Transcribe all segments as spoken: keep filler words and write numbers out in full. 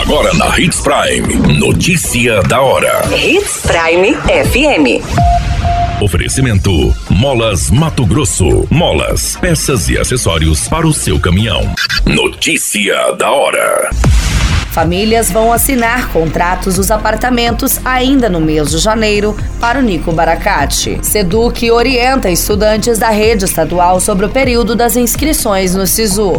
Agora na Hits Prime. Notícia da hora. Hits Prime F M. Oferecimento: Molas Mato Grosso. Molas, peças e acessórios para o seu caminhão. Notícia da hora. Famílias vão assinar contratos dos apartamentos ainda no mês de janeiro para o Nico Baracate. Seduc orienta estudantes da rede estadual sobre o período das inscrições no SISU.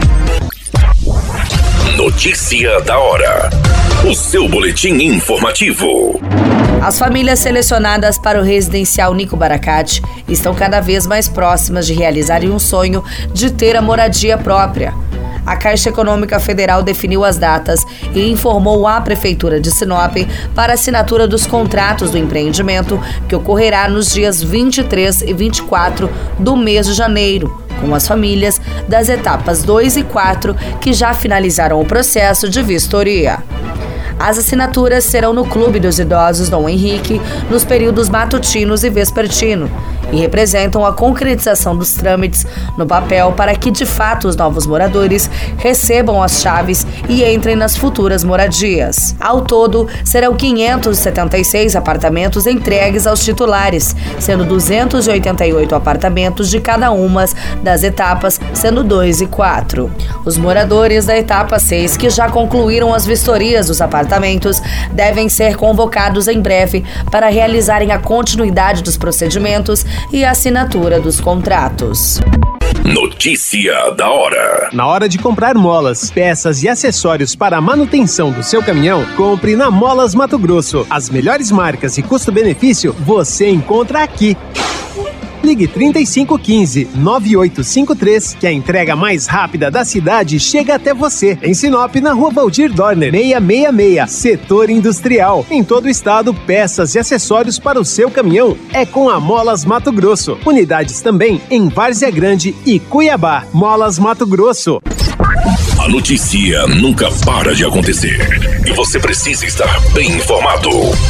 Notícia da hora. O seu boletim informativo. As famílias selecionadas para o residencial Nico Baracate estão cada vez mais próximas de realizarem um sonho de ter a moradia própria. A Caixa Econômica Federal definiu as datas e informou à Prefeitura de Sinop para assinatura dos contratos do empreendimento, que ocorrerá nos dias vinte e três e vinte e quatro do mês de janeiro, com as famílias das etapas dois e quatro que já finalizaram o processo de vistoria. As assinaturas serão no Clube dos Idosos Dom Henrique, nos períodos matutino e vespertino, e representam a concretização dos trâmites no papel para que, de fato, os novos moradores recebam as chaves e entrem nas futuras moradias. Ao todo, serão quinhentos e setenta e seis apartamentos entregues aos titulares, sendo duzentos e oitenta e oito apartamentos de cada uma das etapas, sendo dois e quatro. Os moradores da etapa seis, que já concluíram as vistorias dos apartamentos, devem ser convocados em breve para realizarem a continuidade dos procedimentos e a assinatura dos contratos. Notícia da hora. Na hora de comprar molas, peças e acessórios para a manutenção do seu caminhão, compre na Molas Mato Grosso. As melhores marcas e custo-benefício você encontra aqui. Ligue trinta e cinco quinze, nove oito cinco três, que a entrega mais rápida da cidade chega até você. Em Sinop, na Rua Valdir Dorner, seiscentos e sessenta e seis, Setor Industrial. Em todo o estado, peças e acessórios para o seu caminhão é com a Molas Mato Grosso. Unidades também em Várzea Grande e Cuiabá. Molas Mato Grosso. A notícia nunca para de acontecer e você precisa estar bem informado.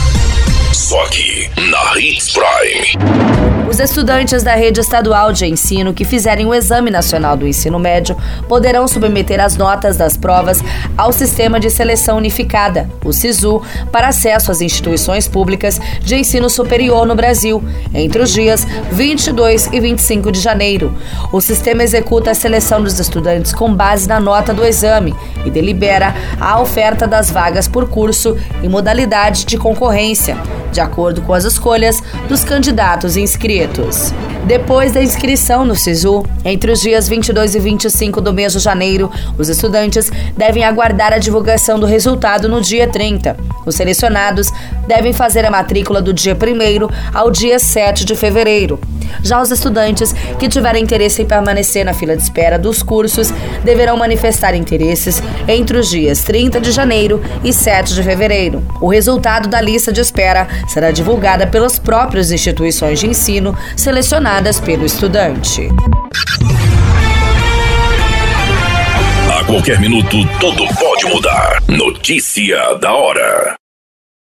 Só aqui na Hits Prime. Os estudantes da rede estadual de ensino que fizerem o Exame Nacional do Ensino Médio poderão submeter as notas das provas ao Sistema de Seleção Unificada, o SISU, para acesso às instituições públicas de ensino superior no Brasil, entre os dias vinte e dois e vinte e cinco de janeiro. O sistema executa a seleção dos estudantes com base na nota do exame e delibera a oferta das vagas por curso e modalidade de concorrência, de acordo com as escolhas dos candidatos inscritos. Depois da inscrição no SISU, entre os dias vinte e dois e vinte e cinco do mês de janeiro, os estudantes devem aguardar a divulgação do resultado no dia trinta. Os selecionados devem fazer a matrícula do dia primeiro ao dia sete de fevereiro. Já os estudantes que tiverem interesse em permanecer na fila de espera dos cursos deverão manifestar interesses entre os dias trinta de janeiro e sete de fevereiro. O resultado da lista de espera será divulgada pelas próprias instituições de ensino selecionadas pelo estudante. A qualquer minuto, tudo pode mudar. Notícia da hora.